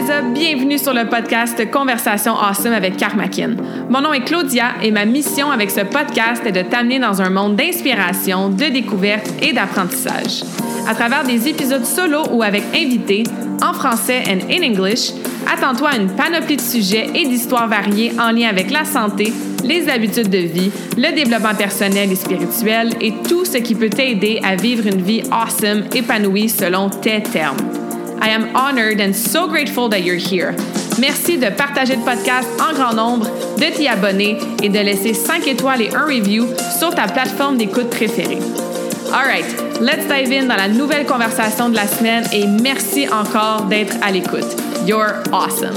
up? Bienvenue sur le podcast Conversation Awesome avec Karmakin. Mon nom est Claudia et ma mission avec ce podcast est de t'amener dans un monde d'inspiration, de découverte et d'apprentissage. À travers des épisodes solo ou avec invités, en français and in English, attends-toi à une panoplie de sujets et d'histoires variées en lien avec la santé, les habitudes de vie, le développement personnel et spirituel et tout ce qui peut t'aider à vivre une vie awesome, épanouie selon tes termes. I am honored and so grateful that you're here. Merci de partager le podcast en grand nombre, de t'y abonner et de laisser 5 étoiles et un review sur ta plateforme d'écoute préférée. All right, let's dive in dans la nouvelle conversation de la semaine et merci encore d'être à l'écoute. You're awesome.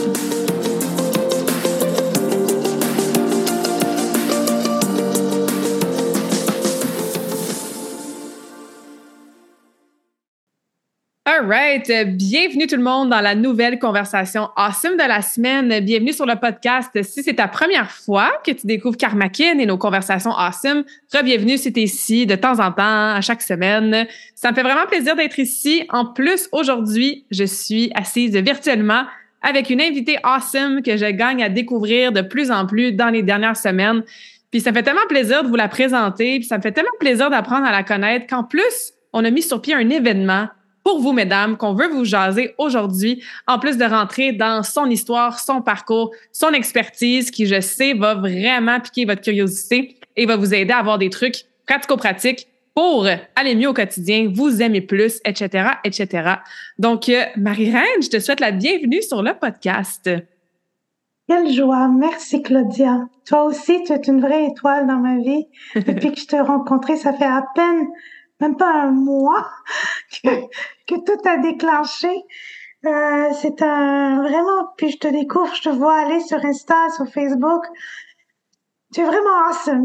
All right, bienvenue tout le monde dans la nouvelle conversation awesome de la semaine. Bienvenue sur le podcast. Si c'est ta première fois que tu découvres Karmakin et nos conversations awesome, re-bienvenue si tu es ici de temps en temps, à chaque semaine. Ça me fait vraiment plaisir d'être ici. En plus, aujourd'hui, je suis assise virtuellement avec une invitée awesome que je gagne à découvrir de plus en plus dans les dernières semaines. Puis ça me fait tellement plaisir de vous la présenter, puis ça me fait tellement plaisir d'apprendre à la connaître qu'en plus, on a mis sur pied un événement pour vous, mesdames, qu'on veut vous jaser aujourd'hui, en plus de rentrer dans son histoire, son parcours, son expertise, qui, je sais, va vraiment piquer votre curiosité et va vous aider à avoir des trucs pratico-pratiques pour aller mieux au quotidien, vous aimer plus, etc., etc. Donc, Marie-Reine, je te souhaite la bienvenue sur le podcast. Quelle joie! Merci, Claudia. Toi aussi, tu es une vraie étoile dans ma vie. Depuis que je t'ai rencontrée, ça fait à peine même pas un mois que tout a déclenché. C'est vraiment, puis je te découvre, je te vois aller sur Insta, sur Facebook. Tu es vraiment awesome.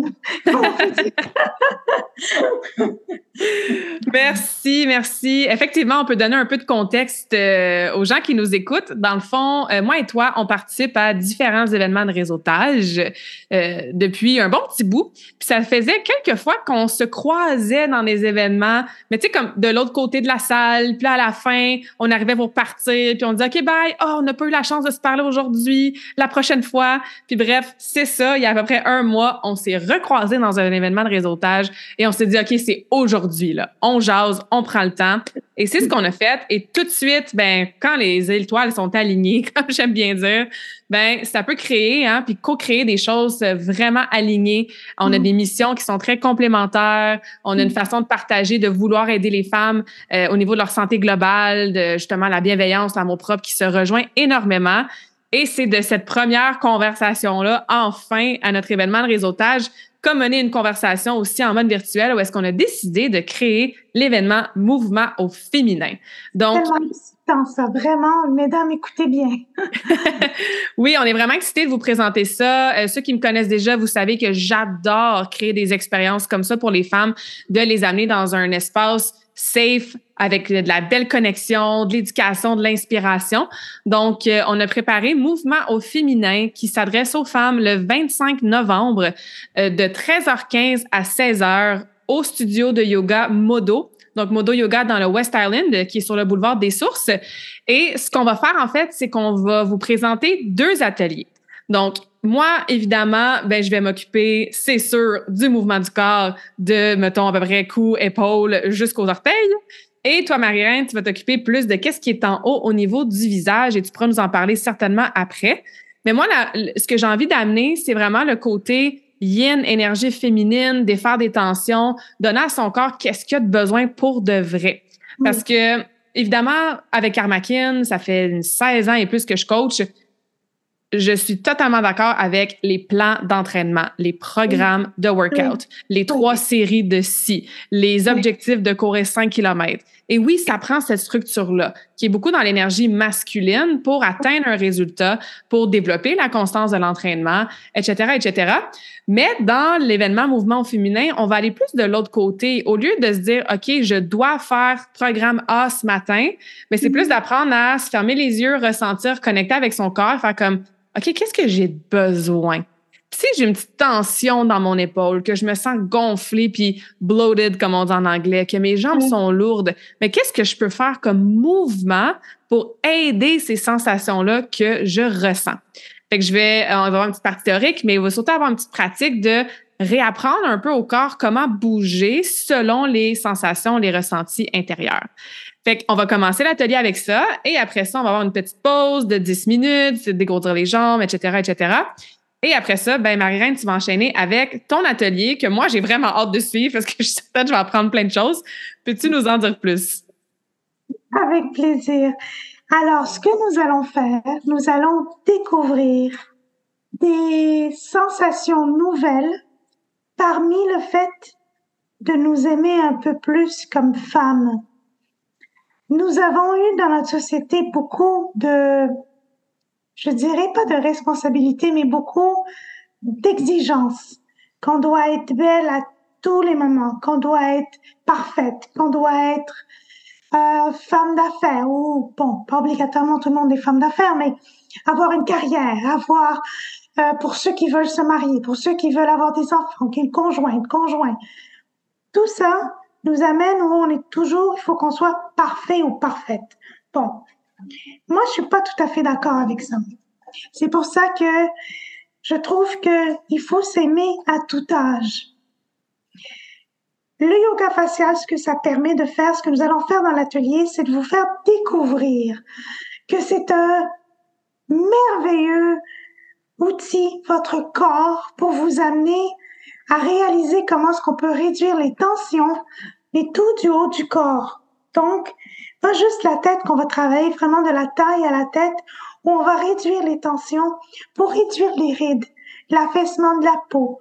Merci. Effectivement, on peut donner un peu de contexte aux gens qui nous écoutent. Dans le fond, moi et toi, on participe à différents événements de réseautage depuis un bon petit bout. Puis ça faisait quelques fois qu'on se croisait dans des événements, mais tu sais, comme de l'autre côté de la salle. Puis là, à la fin, on arrivait pour partir, puis on disait « OK, bye! Oh, on n'a pas eu la chance de se parler aujourd'hui, la prochaine fois. » Puis bref, c'est ça. Il y a à peu près un mois, on s'est recroisés dans un événement de réseautage et on s'est dit, OK, c'est aujourd'hui, là. On jase, on prend le temps. Et c'est ce qu'on a fait. Et tout de suite, quand les étoiles sont alignées, comme j'aime bien dire, ça peut créer, puis co-créer des choses vraiment alignées. On a des missions qui sont très complémentaires. On a une façon de partager, de vouloir aider les femmes au niveau de leur santé globale, de justement la bienveillance, l'amour propre qui se rejoint énormément. Et c'est de cette première conversation-là, enfin, à notre événement de réseautage, qu'a mené une conversation aussi en mode virtuel où est-ce qu'on a décidé de créer l'événement Mouvement au féminin. Donc, tellement excitant, ça, vraiment. Mesdames, écoutez bien. Oui, on est vraiment excités de vous présenter ça. Ceux qui me connaissent déjà, vous savez que j'adore créer des expériences comme ça pour les femmes, de les amener dans un espace safe, avec de la belle connexion, de l'éducation, de l'inspiration. Donc, on a préparé Mouvement au féminin qui s'adresse aux femmes le 25 novembre de 13h15 à 16h au studio de yoga Modo. Donc, Modo Yoga dans le West Island, qui est sur le boulevard des Sources. Et ce qu'on va faire, en fait, c'est qu'on va vous présenter 2 ateliers. Donc, moi, évidemment, je vais m'occuper, c'est sûr, du mouvement du corps, de, mettons, à peu près cou, épaule, jusqu'aux orteils. Et toi, Marie-Reine, tu vas t'occuper plus de qu'est-ce qui est en haut au niveau du visage et tu pourras nous en parler certainement après. Mais moi, ce que j'ai envie d'amener, c'est vraiment le côté yin, énergie féminine, défaire des tensions, donner à son corps qu'est-ce qu'il y a de besoin pour de vrai. Parce que, évidemment, avec Karmakin, ça fait 16 ans et plus que je coach. Je suis totalement d'accord avec les plans d'entraînement, les programmes de workout, les 3 séries de scie, les objectifs de courir 5 km. Et oui, ça prend cette structure-là, qui est beaucoup dans l'énergie masculine pour atteindre un résultat, pour développer la constance de l'entraînement, etc., etc. Mais dans l'événement Mouvement au féminin, on va aller plus de l'autre côté. Au lieu de se dire, OK, je dois faire programme A ce matin, mais c'est plus d'apprendre à se fermer les yeux, ressentir, connecter avec son corps, faire comme, OK, qu'est-ce que j'ai besoin? Puis si j'ai une petite tension dans mon épaule, que je me sens gonflée puis bloated, comme on dit en anglais, que mes jambes sont lourdes, mais qu'est-ce que je peux faire comme mouvement pour aider ces sensations-là que je ressens? Fait que on va avoir une petite partie théorique, mais il va surtout avoir une petite pratique de réapprendre un peu au corps comment bouger selon les sensations, les ressentis intérieurs. Fait qu'on va commencer l'atelier avec ça et après ça, on va avoir une petite pause de 10 minutes, dégourdir les jambes, etc., etc. Et après ça, ben Marie-Reine, tu vas enchaîner avec ton atelier que moi, j'ai vraiment hâte de suivre parce que je suis certaine que je vais apprendre plein de choses. Peux-tu nous en dire plus? Avec plaisir. Alors, ce que nous allons faire, nous allons découvrir des sensations nouvelles parmi le fait de nous aimer un peu plus comme femmes. Nous avons eu dans notre société beaucoup de, je dirais pas de responsabilités, mais beaucoup d'exigences, qu'on doit être belle à tous les moments, qu'on doit être parfaite, qu'on doit être femme d'affaires, ou bon, pas obligatoirement tout le monde est femme d'affaires, mais avoir une carrière, avoir, pour ceux qui veulent se marier, pour ceux qui veulent avoir des enfants, conjoint. Tout ça nous amène où on est toujours, il faut qu'on soit parfait ou parfaite. Bon, moi, je suis pas tout à fait d'accord avec ça. C'est pour ça que je trouve qu'il faut s'aimer à tout âge. Le yoga facial, ce que ça permet de faire, ce que nous allons faire dans l'atelier, c'est de vous faire découvrir que c'est un merveilleux outil, votre corps, pour vous amener à réaliser comment est-ce qu'on peut réduire les tensions et tout du haut du corps. Donc, pas juste la tête qu'on va travailler, vraiment de la taille à la tête, où on va réduire les tensions pour réduire les rides, l'affaissement de la peau.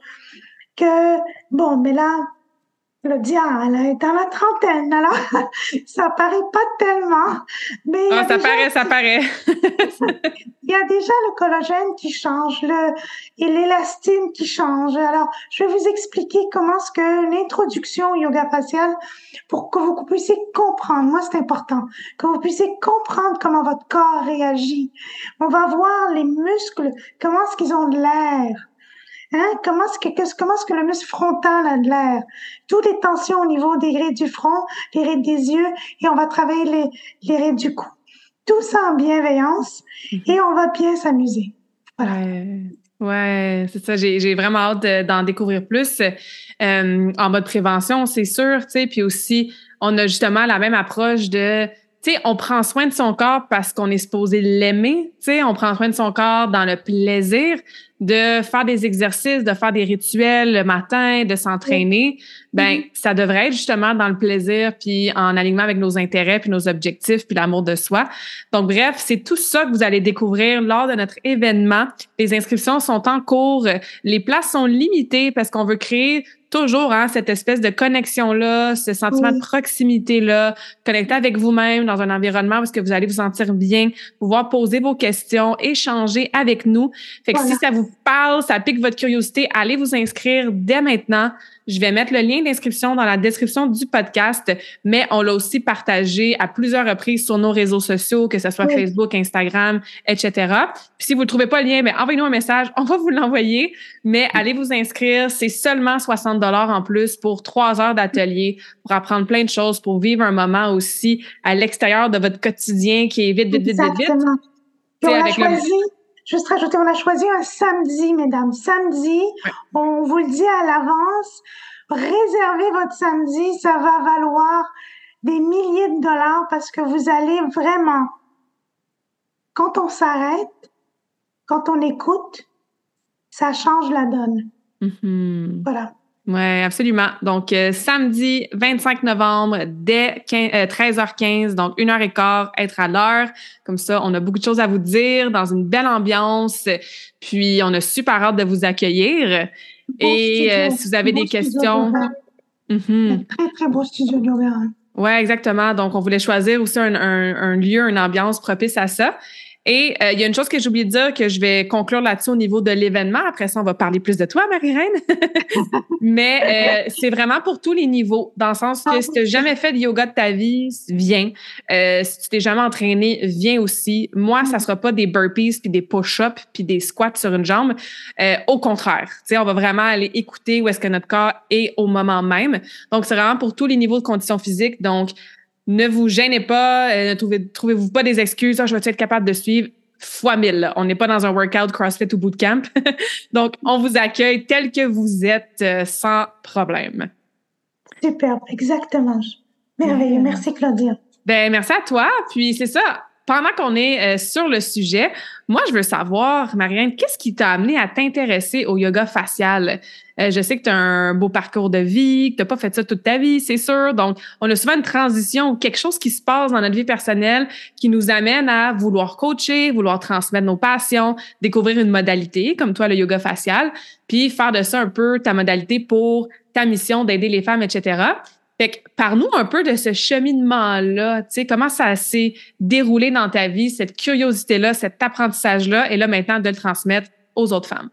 Bon, mais là, Claudia, elle est dans la trentaine, alors ça paraît pas tellement. Mais ça paraît. Il y a déjà le collagène qui change, et l'élastine qui change. Alors, je vais vous expliquer comment est-ce que l'introduction au yoga facial, pour que vous puissiez comprendre, moi c'est important, que vous puissiez comprendre comment votre corps réagit. On va voir les muscles, comment est-ce qu'ils ont de l'air. Comment est-ce que le muscle frontal a de l'air? Toutes les tensions au niveau des rides du front, les rides des yeux, et on va travailler les rides du cou. Tout ça en bienveillance et on va bien s'amuser. Voilà. Ouais, c'est ça. J'ai vraiment hâte d'en découvrir plus en mode prévention, c'est sûr, tu sais. Puis aussi, on a justement la même approche de, tu sais, on prend soin de son corps parce qu'on est supposé l'aimer, tu sais. On prend soin de son corps dans le plaisir de faire des exercices, de faire des rituels le matin, de s'entraîner. Ben, ça devrait être justement dans le plaisir puis en alignement avec nos intérêts puis nos objectifs puis l'amour de soi. Donc, bref, c'est tout ça que vous allez découvrir lors de notre événement. Les inscriptions sont en cours. Les places sont limitées parce qu'on veut créer toujours cette espèce de connexion-là, ce sentiment de proximité-là, connecter avec vous-même dans un environnement où est-ce que vous allez vous sentir bien, pouvoir poser vos questions, échanger avec nous. Fait que si ça vous parle, ça pique votre curiosité, allez vous inscrire dès maintenant. Je vais mettre le lien d'inscription dans la description du podcast, mais on l'a aussi partagé à plusieurs reprises sur nos réseaux sociaux, que ce soit Facebook, Instagram, etc. Puis si vous ne trouvez pas le lien, envoyez-nous un message, on va vous l'envoyer, mais allez vous inscrire. C'est seulement 60 $ en plus pour 3 heures d'atelier, pour apprendre plein de choses, pour vivre un moment aussi à l'extérieur de votre quotidien qui est vite. Exactement. Et on a choisi, juste rajouter, on a choisi un samedi, mesdames. Samedi, on vous le dit à l'avance, réservez votre samedi, ça va valoir des milliers de dollars parce que vous allez vraiment, quand on s'arrête, quand on écoute, ça change la donne. Voilà. Oui, absolument. Donc, samedi 25 novembre, dès 13h15, donc 1h15, être à l'heure. Comme ça, on a beaucoup de choses à vous dire dans une belle ambiance. Puis, on a super hâte de vous accueillir. Et si vous avez des questions... Un très, très beau studio de yoga. Oui, exactement. Donc, on voulait choisir aussi un lieu, une ambiance propice à ça. Et il y a une chose que j'ai oublié de dire, que je vais conclure là-dessus au niveau de l'événement. Après ça, on va parler plus de toi, Marie-Reine. Mais c'est vraiment pour tous les niveaux, dans le sens que si tu n'as jamais fait de yoga de ta vie, viens. Si tu t'es jamais entraîné, viens aussi. Moi, ça sera pas des burpees, puis des push-ups, puis des squats sur une jambe. Au contraire, on va vraiment aller écouter où est-ce que notre corps est au moment même. Donc, c'est vraiment pour tous les niveaux de conditions physiques. Donc, ne vous gênez pas, trouvez-vous pas des excuses. Je vais être capable de suivre fois 1000. Là. On n'est pas dans un workout, CrossFit ou bootcamp. Donc, on vous accueille tel que vous êtes sans problème. Superbe, exactement. Merveilleux. Merci, Claudia. Ben, merci à toi. Puis, c'est ça. Pendant qu'on est sur le sujet, moi, je veux savoir, Marianne, qu'est-ce qui t'a amené à t'intéresser au yoga facial? Je sais que tu as un beau parcours de vie, que tu n'as pas fait ça toute ta vie, c'est sûr. Donc, on a souvent une transition ou quelque chose qui se passe dans notre vie personnelle qui nous amène à vouloir coacher, vouloir transmettre nos passions, découvrir une modalité, comme toi, le yoga facial, puis faire de ça un peu ta modalité pour ta mission d'aider les femmes, etc. Fait que, parle-nous un peu de ce cheminement-là, tu sais, comment ça s'est déroulé dans ta vie, cette curiosité-là, cet apprentissage-là, et là, maintenant, de le transmettre aux autres femmes.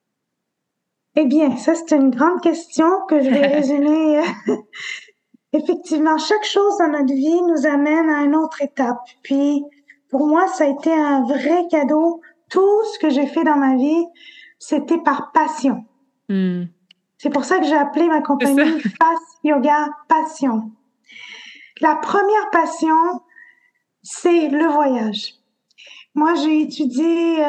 Eh bien, ça, c'est une grande question que je vais résumer. Effectivement, chaque chose dans notre vie nous amène à une autre étape. Puis, pour moi, ça a été un vrai cadeau. Tout ce que j'ai fait dans ma vie, c'était par passion. C'est pour ça que j'ai appelé ma compagnie Face Yoga Passion. La première passion, c'est le voyage. Moi, j'ai étudié,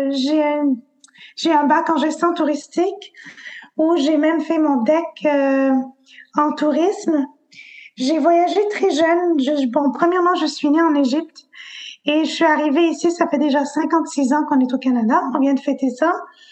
j'ai un bac en gestion touristique où j'ai même fait mon DEC en tourisme. J'ai voyagé très jeune. Premièrement, je suis née en Égypte et je suis arrivée ici, ça fait déjà 56 ans qu'on est au Canada. On vient de fêter ça.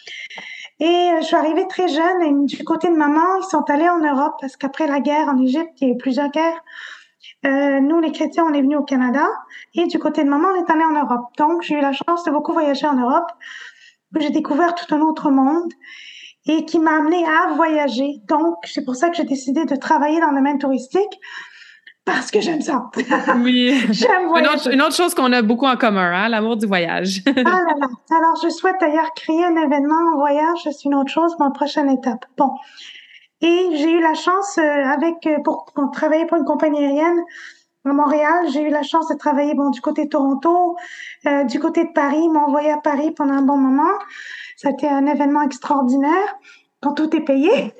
Et je suis arrivée très jeune et du côté de maman, ils sont allés en Europe parce qu'après la guerre en Égypte, il y a eu plusieurs guerres. Nous, les chrétiens, on est venus au Canada et du côté de maman, on est allés en Europe. Donc, j'ai eu la chance de beaucoup voyager en Europe où j'ai découvert tout un autre monde et qui m'a amenée à voyager. Donc, c'est pour ça que j'ai décidé de travailler dans le domaine touristique parce que j'aime ça. Oui. J'aime voyager. Une autre chose qu'on a beaucoup en commun, hein, l'amour du voyage. Ah là là. Alors, je souhaite d'ailleurs créer un événement en voyage. C'est une autre chose, ma prochaine étape. Bon. Et j'ai eu la chance, pour travailler pour une compagnie aérienne à Montréal, j'ai eu la chance de travailler, du côté de Toronto, du côté de Paris. Ils m'ont envoyé à Paris pendant un bon moment. Ça a été un événement extraordinaire quand tout est payé.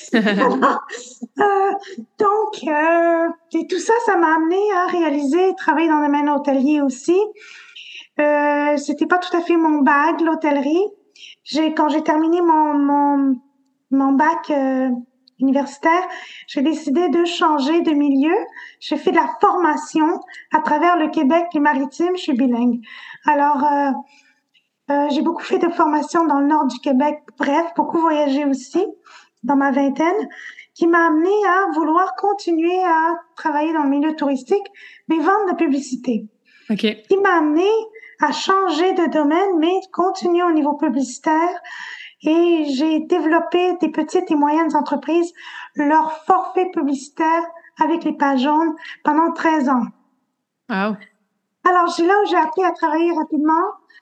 Et tout ça, ça m'a amené à réaliser, travailler dans le domaine hôtelier aussi. C'était pas tout à fait mon bag, l'hôtellerie. Quand j'ai terminé mon bac universitaire, j'ai décidé de changer de milieu. J'ai fait de la formation à travers le Québec, les Maritimes. Je suis bilingue. Alors, j'ai beaucoup fait de formations dans le nord du Québec. Bref, beaucoup voyagé aussi dans ma vingtaine, qui m'a amené à vouloir continuer à travailler dans le milieu touristique, mais vendre de la publicité. Okay. Qui m'a amené à changer de domaine, mais continuer au niveau publicitaire. Et j'ai développé des petites et moyennes entreprises, leur forfait publicitaire avec les pages jaunes pendant 13 ans. Wow. Alors, c'est là où j'ai appris à travailler rapidement.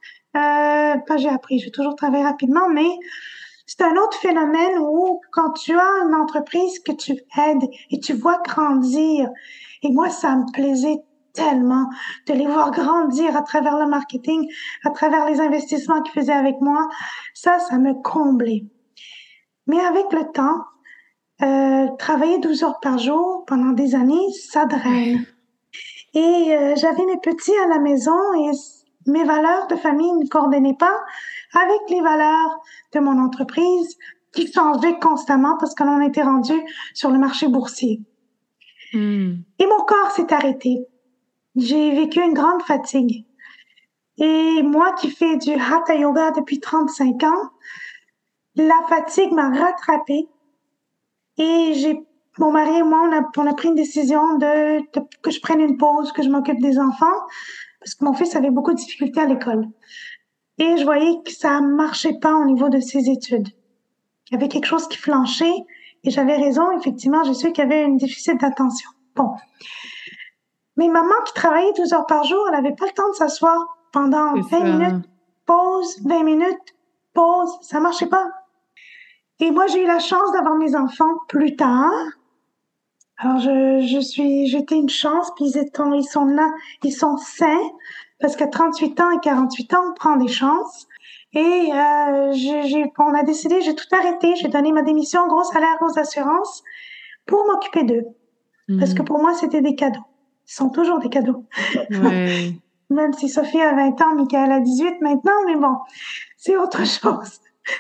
J'ai toujours travaillé rapidement, mais c'est un autre phénomène où quand tu as une entreprise que tu aides et tu vois grandir, et moi, ça me plaisait tellement de les voir grandir à travers le marketing, à travers les investissements qu'ils faisaient avec moi. Ça me comblait. Mais avec le temps, travailler 12 heures par jour pendant des années, ça draine. Et j'avais mes petits à la maison et mes valeurs de famille ne coordonnaient pas avec les valeurs de mon entreprise qui changeaient constamment parce que l'on était rendu sur le marché boursier. Et mon corps s'est arrêté. J'ai vécu une grande fatigue. Et moi qui fais du Hatha Yoga depuis 35 ans, la fatigue m'a rattrapée. Et mon mari et moi, on a pris une décision que je prenne une pause, que je m'occupe des enfants, parce que mon fils avait beaucoup de difficultés à l'école. Et je voyais que ça marchait pas au niveau de ses études. Il y avait quelque chose qui flanchait, et j'avais raison, effectivement, j'ai su qu'il y avait un déficit d'attention. Bon. Mais maman qui travaillait 12 heures par jour, elle avait pas le temps de s'asseoir pendant C'est 20 ça. minutes, pause, 20 minutes, pause. Ça marchait pas. Et moi, j'ai eu la chance d'avoir mes enfants plus tard. Alors, j'étais une chance, puis ils sont là, ils sont sains, parce qu'à 38 ans et 48 ans, on prend des chances. Et on a décidé, j'ai tout arrêté, j'ai donné ma démission, gros salaire, grosse assurance, pour m'occuper d'eux. Parce que pour moi, c'était des cadeaux. Ils sont toujours des cadeaux. Ouais. Même si Sophie a 20 ans, Michael a 18 maintenant, mais bon, c'est autre chose.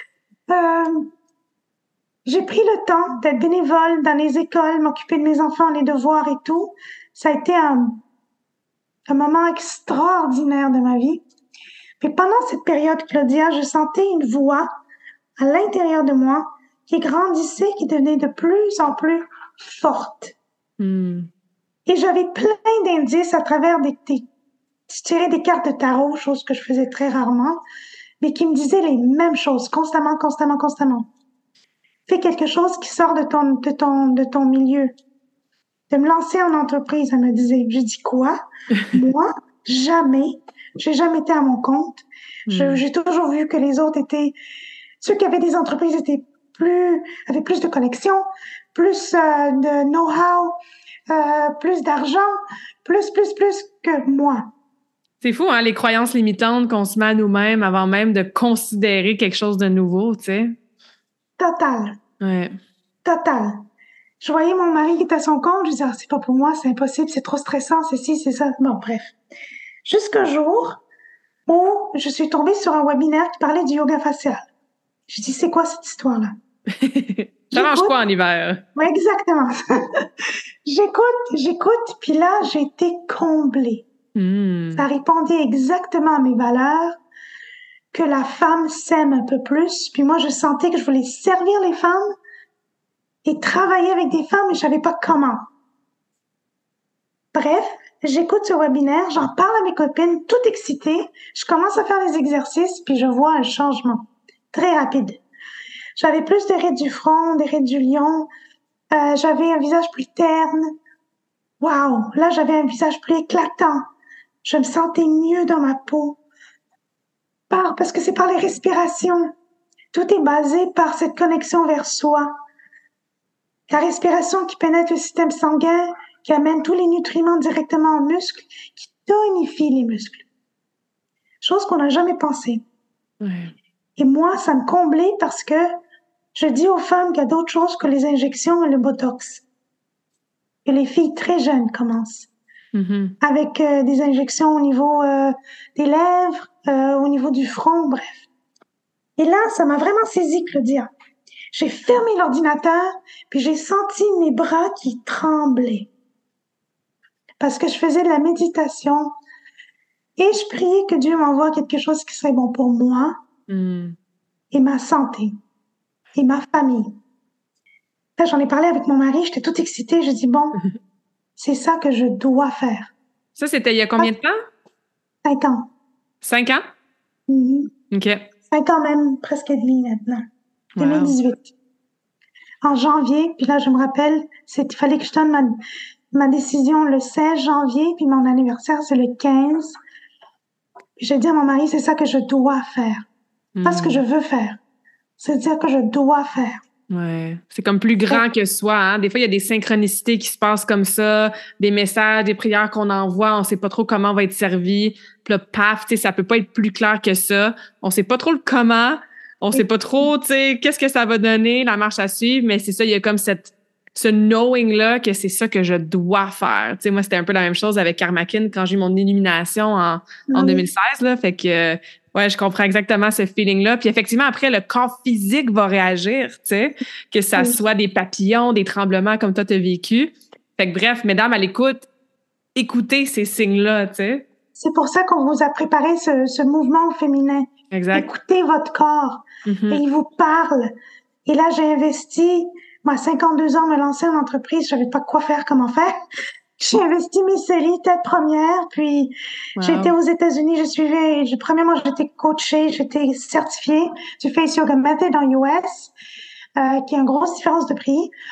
J'ai pris le temps d'être bénévole dans les écoles, m'occuper de mes enfants, les devoirs et tout. Ça a été un moment extraordinaire de ma vie. Mais pendant cette période, Claudia, je sentais une voix à l'intérieur de moi qui grandissait, qui devenait de plus en plus forte. Et j'avais plein d'indices à travers je tirais des cartes de tarot, chose que je faisais très rarement, mais qui me disaient les mêmes choses, constamment, constamment, constamment. Fais quelque chose qui sort de ton milieu. De me lancer en entreprise, elle me disait. J'ai dit quoi? Moi, jamais. J'ai jamais été à mon compte. J'ai toujours vu que les autres ceux qui avaient des entreprises avaient plus de connexions, plus de know-how, plus d'argent, plus que moi. C'est fou, hein, les croyances limitantes qu'on se met à nous-mêmes avant même de considérer quelque chose de nouveau, tu sais. Total. Ouais. Total. Je voyais mon mari qui était à son compte, je disais, c'est pas pour moi, c'est impossible, c'est trop stressant, c'est ci, c'est ça. Bon, bref. Jusqu'un jour où je suis tombée sur un webinaire qui parlait du yoga facial. Je dis, c'est quoi cette histoire-là? Ça mange quoi en hiver? Oui, exactement. J'écoute, puis là, j'ai été comblée. Ça répondait exactement à mes valeurs, que la femme s'aime un peu plus. Puis moi, je sentais que je voulais servir les femmes et travailler avec des femmes, mais je savais pas comment. Bref, j'écoute ce webinaire, j'en parle à mes copines, toute excitée. Je commence à faire les exercices, puis je vois un changement très rapide. J'avais plus de rides du front, des rides du lion. J'avais un visage plus terne. Waouh! Là, j'avais un visage plus éclatant. Je me sentais mieux dans ma peau. Parce que c'est par les respirations. Tout est basé par cette connexion vers soi. La respiration qui pénètre le système sanguin, qui amène tous les nutriments directement aux muscles, qui tonifie les muscles. Chose qu'on n'a jamais pensé. Ouais. Et moi, ça me comblait parce que je dis aux femmes qu'il y a d'autres choses que les injections et le botox. Et les filles très jeunes commencent. Avec des injections au niveau des lèvres, au niveau du front, bref. Et là, ça m'a vraiment saisi, Claudia. J'ai fermé l'ordinateur, puis j'ai senti mes bras qui tremblaient. Parce que je faisais de la méditation et je priais que Dieu m'envoie quelque chose qui serait bon pour moi et ma santé et ma famille. Là, j'en ai parlé avec mon mari, j'étais toute excitée. Je dis, bon, c'est ça que je dois faire. Ça, c'était il y a combien de temps? 5 ans. 5 ans? OK. 5 ans même, presque et demi maintenant. 2018. En janvier, puis là, je me rappelle, il fallait que je donne ma décision le 16 janvier, puis mon anniversaire, c'est le 15. Puis j'ai dit à mon mari, c'est ça que je dois faire. Pas ce que je veux faire. C'est dire que je dois faire. Ouais. C'est comme plus grand que soi, hein. Des fois, il y a des synchronicités qui se passent comme ça, des messages, des prières qu'on envoie, on sait pas trop comment on va être servi. Puis là, paf, tu sais, ça peut pas être plus clair que ça. On sait pas trop le comment, on sait pas trop, tu sais, qu'est-ce que ça va donner, la marche à suivre, mais c'est ça, il y a comme ce knowing-là que c'est ça que je dois faire. Tu sais, moi, c'était un peu la même chose avec Karmakin quand j'ai eu mon illumination en 2016, là. Fait que, ouais, je comprends exactement ce feeling-là. Puis effectivement, après, le corps physique va réagir, tu sais, que ça soit des papillons, des tremblements comme toi, t'as vécu. Fait que bref, mesdames, à l'écoute, écoutez ces signes-là, tu sais. C'est pour ça qu'on vous a préparé ce mouvement féminin. Exact. Écoutez votre corps. Et il vous parle. Et là, j'ai investi, moi, à 52 ans, me lancer en entreprise, je savais pas quoi faire, comment faire. J'ai investi mes séries tête première, puis j'ai été aux États-Unis, premièrement, j'étais coachée, j'étais certifiée du Face Yoga Method en US, qui a une grosse différence de prix.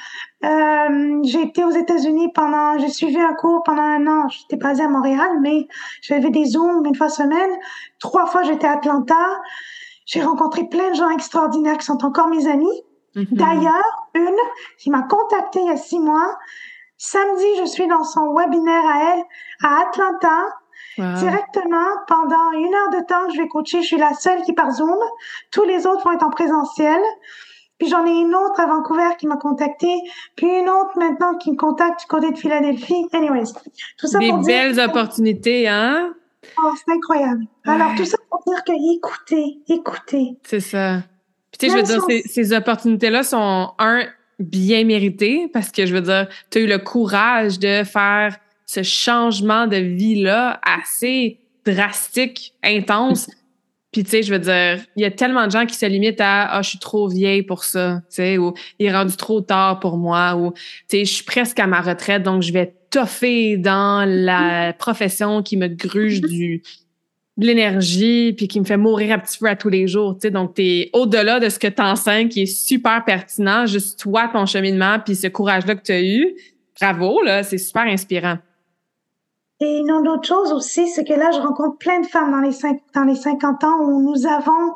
J'ai été aux États-Unis j'ai suivi un cours pendant 1 an. J'étais basée à Montréal, mais j'avais des Zooms 1 fois semaine. 3 fois, j'étais à Atlanta. J'ai rencontré plein de gens extraordinaires qui sont encore mes amis. D'ailleurs, une qui m'a contactée il y a 6 mois. Samedi, je suis dans son webinaire à elle, à Atlanta. Wow. Directement, pendant 1 heure de temps, je vais coacher. Je suis la seule qui par Zoom. Tous les autres vont être en présentiel. Puis j'en ai une autre à Vancouver qui m'a contactée, puis une autre maintenant qui me contacte du côté de Philadelphie. Anyways, tout ça pour dire... Des belles opportunités, hein? Oh, c'est incroyable. Ouais. Alors, tout ça pour dire que écoutez. C'est ça. Puis tu sais, je veux dire, ces opportunités-là sont, bien méritées parce que, je veux dire, tu as eu le courage de faire ce changement de vie-là assez drastique, intense. Puis, tu sais, je veux dire, il y a tellement de gens qui se limitent à « Ah, je suis trop vieille pour ça », tu sais, ou « Il est rendu trop tard pour moi », ou « Tu sais, je suis presque à ma retraite, donc je vais toffer dans la profession qui me gruge de l'énergie puis qui me fait mourir un petit peu à tous les jours », tu sais. Donc, t'es au-delà de ce que t'enseignes, qui est super pertinent, juste toi, ton cheminement, puis ce courage-là que tu as eu. Bravo, là, c'est super inspirant. Et une autre chose aussi, c'est que là, je rencontre plein de femmes dans les 50 ans où nous avons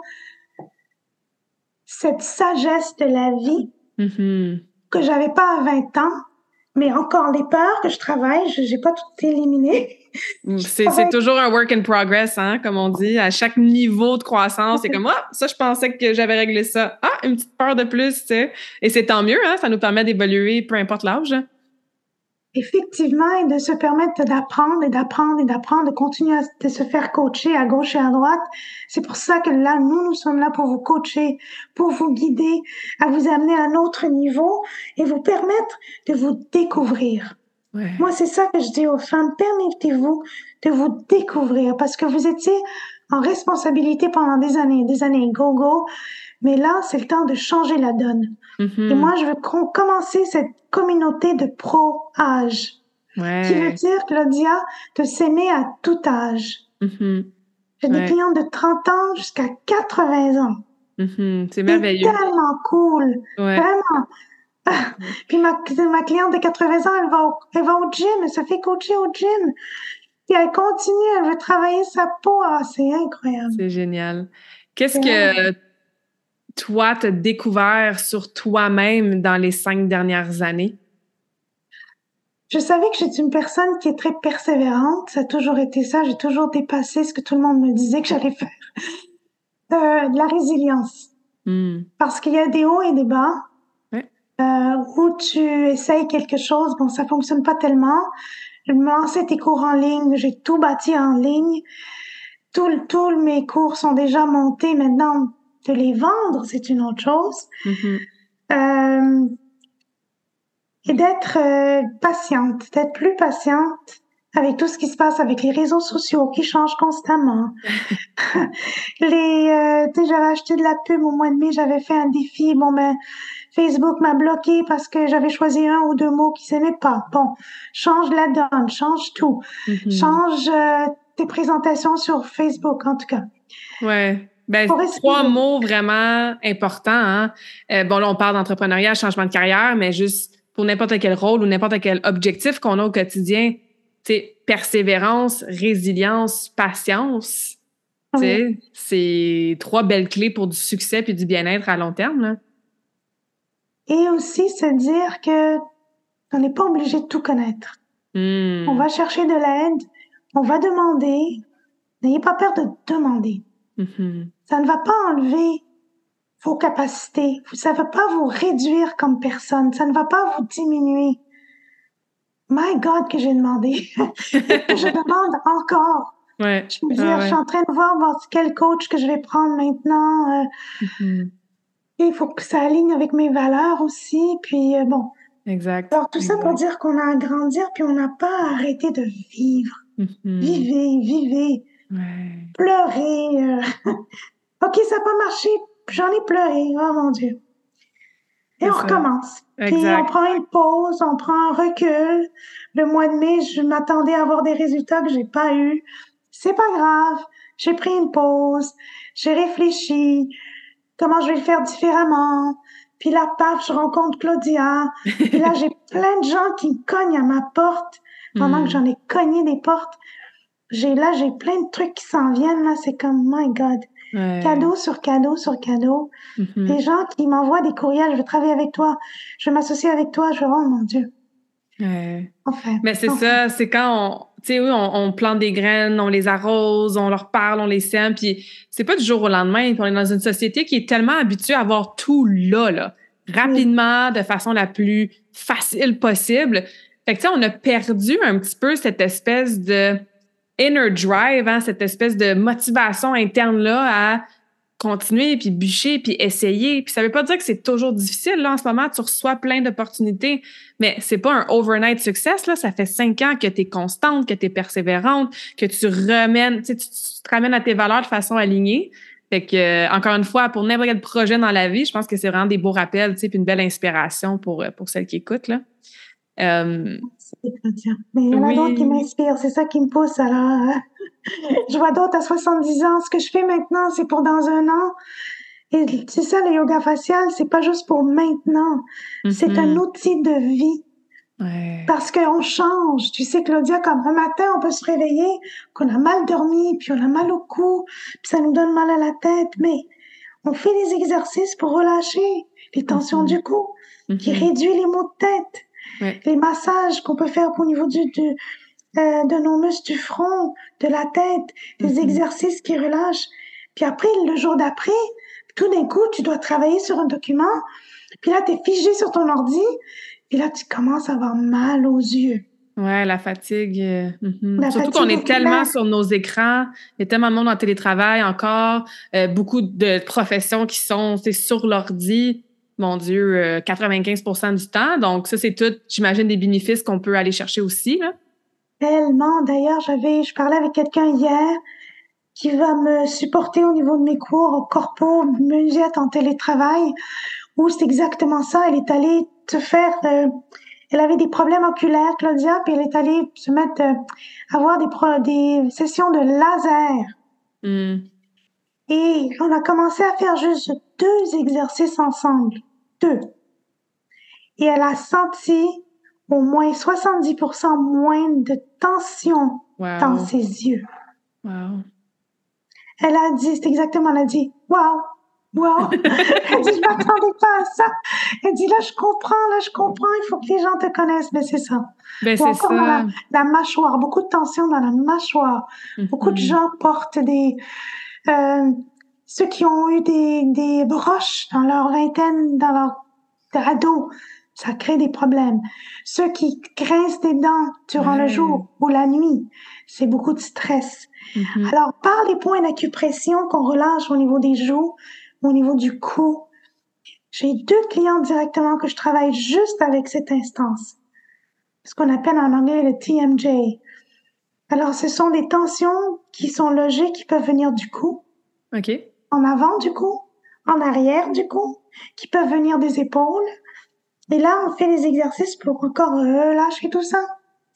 cette sagesse de la vie que j'avais pas à 20 ans, mais encore les peurs que je travaille, j'ai pas tout éliminé. C'est toujours un work in progress, hein, comme on dit. À chaque niveau de croissance, c'est comme « Ah, ça, je pensais que j'avais réglé ça. Ah, une petite peur de plus, tu sais. » Et c'est tant mieux, hein, ça nous permet d'évoluer, peu importe l'âge. Effectivement, et de se permettre d'apprendre, de continuer de se faire coacher à gauche et à droite. C'est pour ça que là, nous sommes là pour vous coacher, pour vous guider, à vous amener à un autre niveau et vous permettre de vous découvrir. Ouais. Moi, c'est ça que je dis aux femmes, permettez-vous de vous découvrir parce que vous étiez en responsabilité pendant des années, go, mais là, c'est le temps de changer la donne. Et moi, je veux commencer cette communauté de pro-âge, qui veut dire, Claudia, de s'aimer à tout âge. J'ai des clients de 30 ans jusqu'à 80 ans. C'est merveilleux. C'est tellement cool, vraiment. Puis ma cliente de 80 ans, elle va au gym, elle se fait coacher au gym. Puis elle continue, elle veut travailler sa peau. Ah, c'est incroyable. C'est génial. Qu'est-ce que toi, t'as découvert sur toi-même dans les 5 dernières années? Je savais que j'étais une personne qui est très persévérante. Ça a toujours été ça. J'ai toujours dépassé ce que tout le monde me disait que j'allais faire. De la résilience. Parce qu'il y a des hauts et des bas. Où tu essayes quelque chose, bon, ça fonctionne pas tellement. Je me lançais tes cours en ligne. J'ai tout bâti en ligne. Tous mes cours sont déjà montés. Maintenant, de les vendre, c'est une autre chose. Et d'être patiente, d'être plus patiente avec tout ce qui se passe avec les réseaux sociaux qui changent constamment. J'avais acheté de la pub au mois de mai, j'avais fait un défi. Bon, ben, Facebook m'a bloqué parce que j'avais choisi 1 ou 2 mots qui s'aimaient pas. Bon, change la donne, change tout. Change tes présentations sur Facebook, en tout cas. Ouais. Ben, 3 mots vraiment importants, hein. Bon, là, on parle d'entrepreneuriat, changement de carrière, mais juste pour n'importe quel rôle ou n'importe quel objectif qu'on a au quotidien, tu sais, persévérance, résilience, patience. Tu sais, c'est 3 belles clés pour du succès puis du bien-être à long terme, là. Et aussi se dire que on n'est pas obligé de tout connaître. On va chercher de l'aide, on va demander. N'ayez pas peur de demander. Ça ne va pas enlever vos capacités. Ça ne va pas vous réduire comme personne. Ça ne va pas vous diminuer. My God, que j'ai demandé. Je demande encore. Ouais. Je veux dire, je suis en train de voir quel coach que je vais prendre maintenant. Il faut que ça aligne avec mes valeurs aussi. Puis bon. Exact. Alors tout ça pour dire qu'on a à grandir, puis on n'a pas à arrêter de vivre. Vivez. Pleurer. OK, ça n'a pas marché. J'en ai pleuré. Oh mon Dieu. Et on recommence. Puis on prend une pause, on prend un recul. Le mois de mai, je m'attendais à avoir des résultats que j'ai pas eu. C'est pas grave. J'ai pris une pause. J'ai réfléchi. Comment je vais le faire différemment? Puis là, paf, je rencontre Claudia. Puis là, j'ai plein de gens qui me cognent à ma porte pendant que j'en ai cogné des portes. J'ai plein de trucs qui s'en viennent, là. C'est comme, my God. Ouais. Cadeau sur cadeau sur cadeau. Des gens qui m'envoient des courriels, je veux travailler avec toi, je veux m'associer avec toi, je veux, oh mon Dieu. Ouais. Enfin. Mais c'est ça, c'est quand tu sais, oui, on plante des graines, on les arrose, on leur parle, on les sème, puis c'est pas du jour au lendemain. Puis on est dans une société qui est tellement habituée à avoir tout là, rapidement, de façon la plus facile possible. Fait que tu sais, on a perdu un petit peu cette espèce de inner drive, hein, cette espèce de motivation interne-là à continuer, puis bûcher, puis essayer. Puis ça veut pas dire que c'est toujours difficile. Là, en ce moment, tu reçois plein d'opportunités, mais c'est pas un overnight success. Là. Ça fait 5 ans que tu es constante, que tu es persévérante, que tu ramènes, tu te ramènes à tes valeurs de façon alignée. Fait que, encore une fois, pour n'importe quel projet dans la vie, je pense que c'est vraiment des beaux rappels, tu sais, puis une belle inspiration pour celles qui écoutent, là. Mais il y en a d'autres qui Oui. m'inspirent, c'est ça qui me pousse. Alors, je vois d'autres à 70 ans. Ce que je fais maintenant, c'est pour dans un an. Et c'est ça, le yoga facial, c'est pas juste pour maintenant. C'est un outil de vie. Ouais. Parce qu'on change. Tu sais, Claudia, comme un matin, on peut se réveiller, qu'on a mal dormi, puis on a mal au cou, puis ça nous donne mal à la tête. Mais on fait des exercices pour relâcher les tensions du cou, qui réduit les maux de tête. Ouais. Les massages qu'on peut faire au niveau de nos muscles du front, de la tête, des exercices qui relâchent. Puis après, le jour d'après, tout d'un coup, tu dois travailler sur un document, puis là, tu es figé sur ton ordi, puis là, tu commences à avoir mal aux yeux. Ouais, la fatigue. La Surtout fatigue qu'on est tellement oculaire. sur nos écrans, il y a tellement de monde en télétravail encore, beaucoup de professions qui sont sur l'ordi, mon Dieu, 95% du temps. Donc ça, c'est tout, j'imagine, des bénéfices qu'on peut aller chercher aussi, là. Tellement. D'ailleurs, je parlais avec quelqu'un hier qui va me supporter au niveau de mes cours au corpo, musette en télétravail, où c'est exactement ça. Elle est allée se faire, elle avait des problèmes oculaires, Claudia, puis elle est allée se mettre, avoir des sessions de laser. Et on a commencé à faire juste 2 exercices ensemble. 2. Et elle a senti au moins 70% moins de tension dans ses yeux. Wow. Elle a dit, c'est exactement, elle a dit, wow, wow. Elle dit, je m'attendais pas à ça. Elle dit, là, je comprends, il faut que les gens te connaissent. Mais c'est ça. Ben, Ou c'est encore ça. dans la mâchoire, beaucoup de tension dans la mâchoire. Beaucoup de gens portent ceux qui ont eu des broches dans leur vingtaine, dans leur ado, ça crée des problèmes. Ceux qui grincent des dents durant le jour ou la nuit, c'est beaucoup de stress. Alors, par les points d'acupression qu'on relâche au niveau des joues, au niveau du cou, j'ai 2 clients directement que je travaille juste avec cette instance. Ce qu'on appelle en anglais le TMJ. Alors, ce sont des tensions qui sont logées, qui peuvent venir du cou. OK. En avant du cou, en arrière du cou, qui peuvent venir des épaules. Et là, on fait des exercices pour encore relâcher tout ça.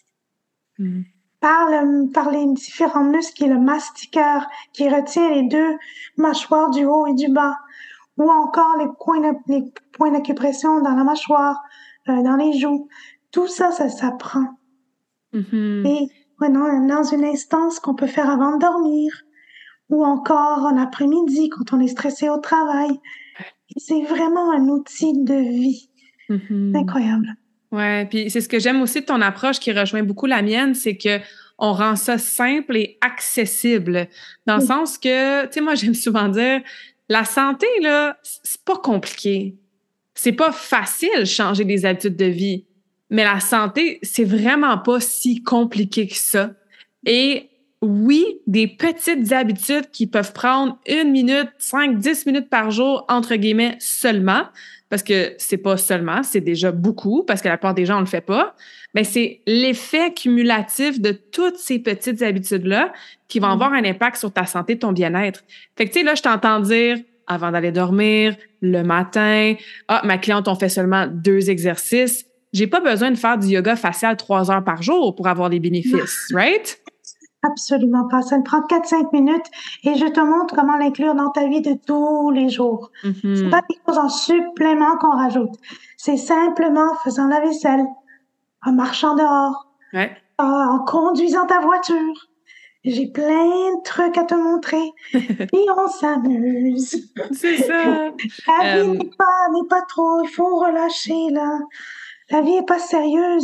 Par les différents muscles qui est le mastiqueur, qui retient les 2 mâchoires du haut et du bas. Ou encore les points d'acupression dans la mâchoire, dans les joues. Tout ça, ça s'apprend. Et maintenant, dans une instance qu'on peut faire avant de dormir. Ou encore en après-midi quand on est stressé au travail. Et c'est vraiment un outil de vie. C'est incroyable. Ouais, puis c'est ce que j'aime aussi de ton approche qui rejoint beaucoup la mienne, c'est que on rend ça simple et accessible. Dans le sens que, tu sais, moi, j'aime souvent dire, la santé, là, c'est pas compliqué. C'est pas facile changer des habitudes de vie. Mais la santé, c'est vraiment pas si compliqué que ça. Et oui, des petites habitudes qui peuvent prendre 1 minute, 5, 10 minutes par jour, entre guillemets, seulement, parce que c'est pas seulement, c'est déjà beaucoup, parce que la plupart des gens, on le fait pas, mais c'est l'effet cumulatif de toutes ces petites habitudes-là qui vont avoir un impact sur ta santé, ton bien-être. Fait que, tu sais, là, je t'entends dire, avant d'aller dormir, le matin, ma cliente, on fait seulement 2 exercices. J'ai pas besoin de faire du yoga facial 3 heures par jour pour avoir des bénéfices, right? Absolument pas. Ça me prend 4-5 minutes et je te montre comment l'inclure dans ta vie de tous les jours. C'est pas quelque chose en supplément qu'on rajoute. C'est simplement en faisant la vaisselle, en marchant dehors, Ouais. en conduisant ta voiture. J'ai plein de trucs à te montrer. Et on s'amuse. C'est ça. La vie n'est pas trop, il faut relâcher, là. La vie est pas sérieuse,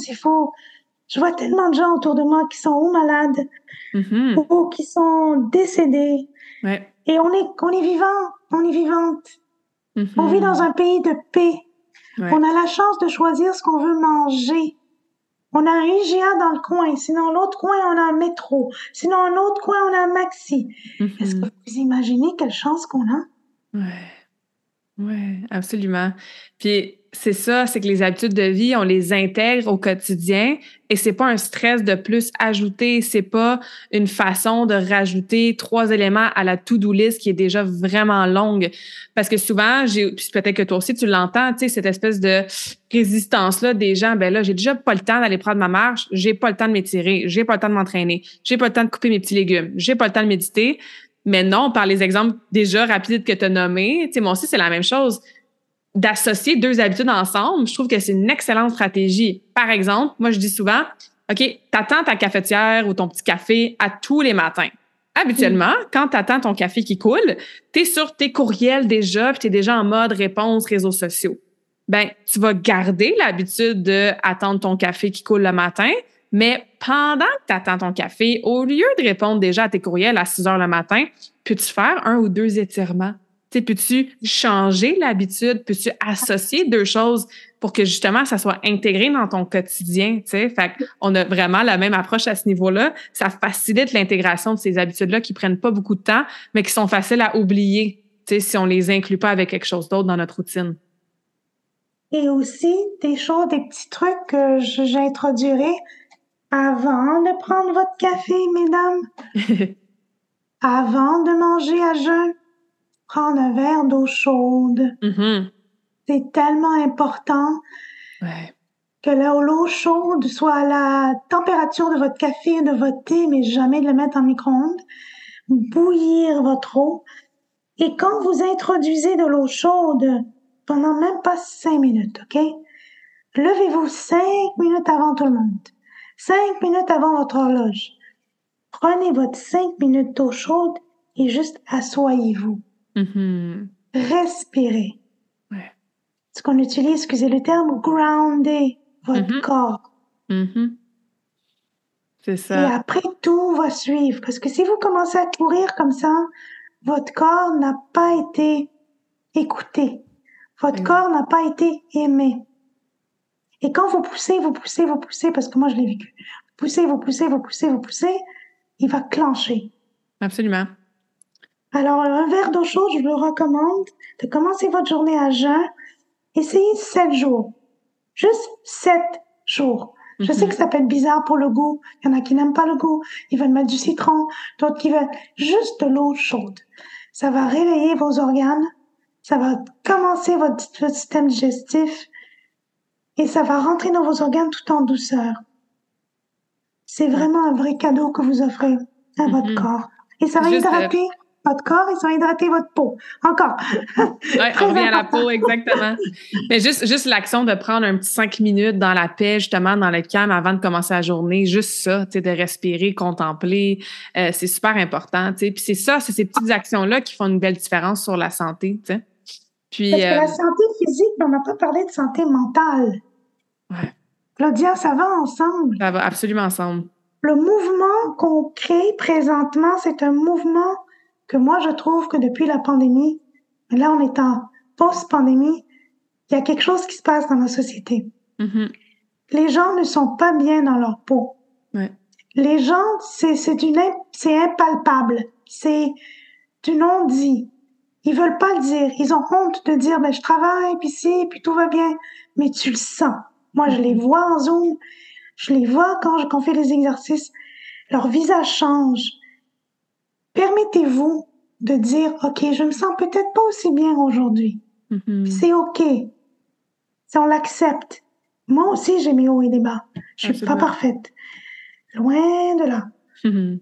je vois tellement de gens autour de moi qui sont ou malades, ou qui sont décédés. Ouais. Et on est vivant, on est vivante. On vit dans un pays de paix. Ouais. On a la chance de choisir ce qu'on veut manger. On a un IGA dans le coin, sinon l'autre coin, on a un métro. Sinon, un autre coin, on a un maxi. Est-ce que vous imaginez quelle chance qu'on a? Ouais. Ouais, absolument. Puis c'est ça, c'est que les habitudes de vie, on les intègre au quotidien et c'est pas un stress de plus ajouté, c'est pas une façon de rajouter 3 éléments à la to-do list qui est déjà vraiment longue. Parce que souvent, puis peut-être que toi aussi tu l'entends, tu sais, cette espèce de résistance-là des gens, ben là, j'ai déjà pas le temps d'aller prendre ma marche, j'ai pas le temps de m'étirer, j'ai pas le temps de m'entraîner, j'ai pas le temps de couper mes petits légumes, j'ai pas le temps de méditer. Mais non, par les exemples déjà rapides que tu as nommés, tu sais, moi aussi, c'est la même chose. D'associer 2 habitudes ensemble, je trouve que c'est une excellente stratégie. Par exemple, moi, je dis souvent, OK, t'attends ta cafetière ou ton petit café à tous les matins. Habituellement, quand t'attends ton café qui coule, t'es sur tes courriels déjà, puis t'es déjà en mode réponse réseaux sociaux. Ben, tu vas garder l'habitude d'attendre ton café qui coule le matin, mais pendant que tu attends ton café, au lieu de répondre déjà à tes courriels à 6 heures le matin, peux-tu faire 1 ou 2 étirements? Tu sais, peux-tu changer l'habitude? Peux-tu associer 2 choses pour que justement ça soit intégré dans ton quotidien? Tu sais? Fait qu'on a vraiment la même approche à ce niveau-là. Ça facilite l'intégration de ces habitudes-là qui prennent pas beaucoup de temps, mais qui sont faciles à oublier, tu sais, si on les inclut pas avec quelque chose d'autre dans notre routine. Et aussi, des choses, des petits trucs que j'introduirai avant de prendre votre café, mesdames. Avant de manger à jeun, prendre un verre d'eau chaude. C'est tellement important que l'eau chaude soit à la température de votre café, de votre thé, mais jamais de le mettre en micro-ondes. Bouillir votre eau. Et quand vous introduisez de l'eau chaude, pendant même pas 5 minutes, OK? Levez-vous 5 minutes avant tout le monde. 5 minutes avant votre horloge. Prenez votre 5 minutes d'eau chaude et juste assoyez-vous. Respirez. Ouais. Ce qu'on utilise, excusez le terme, groundez votre corps. C'est ça. Et après, tout va suivre. Parce que si vous commencez à courir comme ça, votre corps n'a pas été écouté. Votre corps n'a pas été aimé. Et quand vous poussez, parce que moi je l'ai vécu, vous poussez, il va clencher. Absolument. Alors, un verre d'eau chaude, je vous recommande de commencer votre journée à jeun. Essayez 7 jours. Juste 7 jours. Je sais que ça peut être bizarre pour le goût. Il y en a qui n'aiment pas le goût. Ils veulent mettre du citron. D'autres qui veulent juste de l'eau chaude. Ça va réveiller vos organes. Ça va commencer votre système digestif. Et ça va rentrer dans vos organes tout en douceur. C'est vraiment un vrai cadeau que vous offrez à votre corps. Et ça va hydrater votre corps et ça va hydrater votre peau. Encore. Ouais, on revient à la peau, exactement. Mais juste l'action de prendre un petit 5 minutes dans la paix, justement, dans le calme avant de commencer la journée, juste ça, tu sais, de respirer, contempler, c'est super important, tu sais. Puis c'est ça, c'est ces petites actions-là qui font une belle différence sur la santé, tu sais. Puis, parce que la santé physique, on n'a pas parlé de santé mentale. Ouais. Claudia, ça va ensemble. Ça va absolument ensemble. Le mouvement qu'on crée présentement, c'est un mouvement que moi, je trouve que depuis la pandémie, mais là, on est en post-pandémie, il y a quelque chose qui se passe dans la société. Les gens ne sont pas bien dans leur peau. Ouais. Les gens, c'est impalpable. C'est du non-dit. Ils veulent pas le dire. Ils ont honte de dire, ben, je travaille, puis si, puis tout va bien. Mais tu le sens. Moi, je les vois en Zoom. Je les vois quand on fait les exercices. Leur visage change. Permettez-vous de dire, OK, je me sens peut-être pas aussi bien aujourd'hui. C'est OK. Si on l'accepte. Moi aussi, j'ai mes hauts et des bas. Je suis pas parfaite. Loin de là.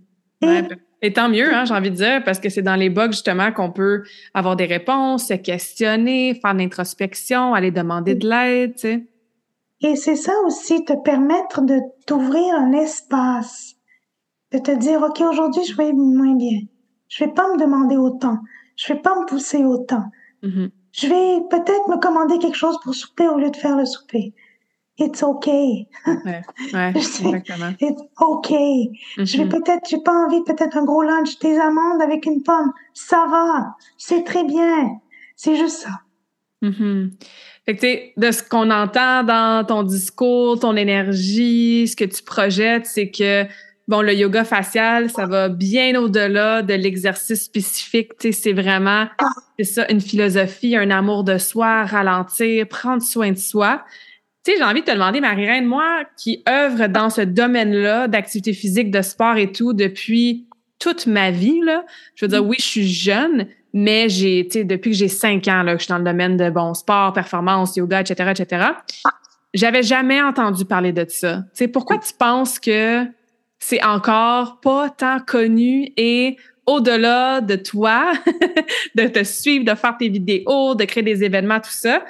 Ouais, et tant mieux, hein, j'ai envie de dire, parce que c'est dans les bugs, justement, qu'on peut avoir des réponses, se questionner, faire de l'introspection, aller demander de l'aide, tu sais. Et c'est ça aussi, te permettre de t'ouvrir un espace, de te dire, OK, aujourd'hui, je vais moins bien. Je vais pas me demander autant. Je vais pas me pousser autant. Mhm. Je vais peut-être me commander quelque chose pour souper au lieu de faire le souper. It's okay. Ouais, ouais, Je sais, exactement. it's okay. Mhm. J'ai pas envie peut-être un gros lunch, des amandes avec une pomme. Ça va. C'est très bien. C'est juste ça. Mhm. Fait que, tu sais, de ce qu'on entend dans ton discours, ton énergie, ce que tu projettes, c'est que, bon, le yoga facial, ça va bien au-delà de l'exercice spécifique. Tu sais, c'est vraiment, c'est ça, une philosophie, un amour de soi, ralentir, prendre soin de soi. Tu sais, j'ai envie de te demander, Marie-Reine, moi qui œuvre dans ce domaine-là d'activité physique, de sport et tout depuis toute ma vie, là, je veux dire, oui, je suis jeune, mais tu sais, depuis que j'ai 5 ans, là, que je suis dans le domaine de, bon, sport, performance, yoga, etc., j'avais jamais entendu parler de ça. Tu sais, pourquoi tu penses que c'est encore pas tant connu et au-delà de toi, de te suivre, de faire tes vidéos, de créer des événements, tout ça,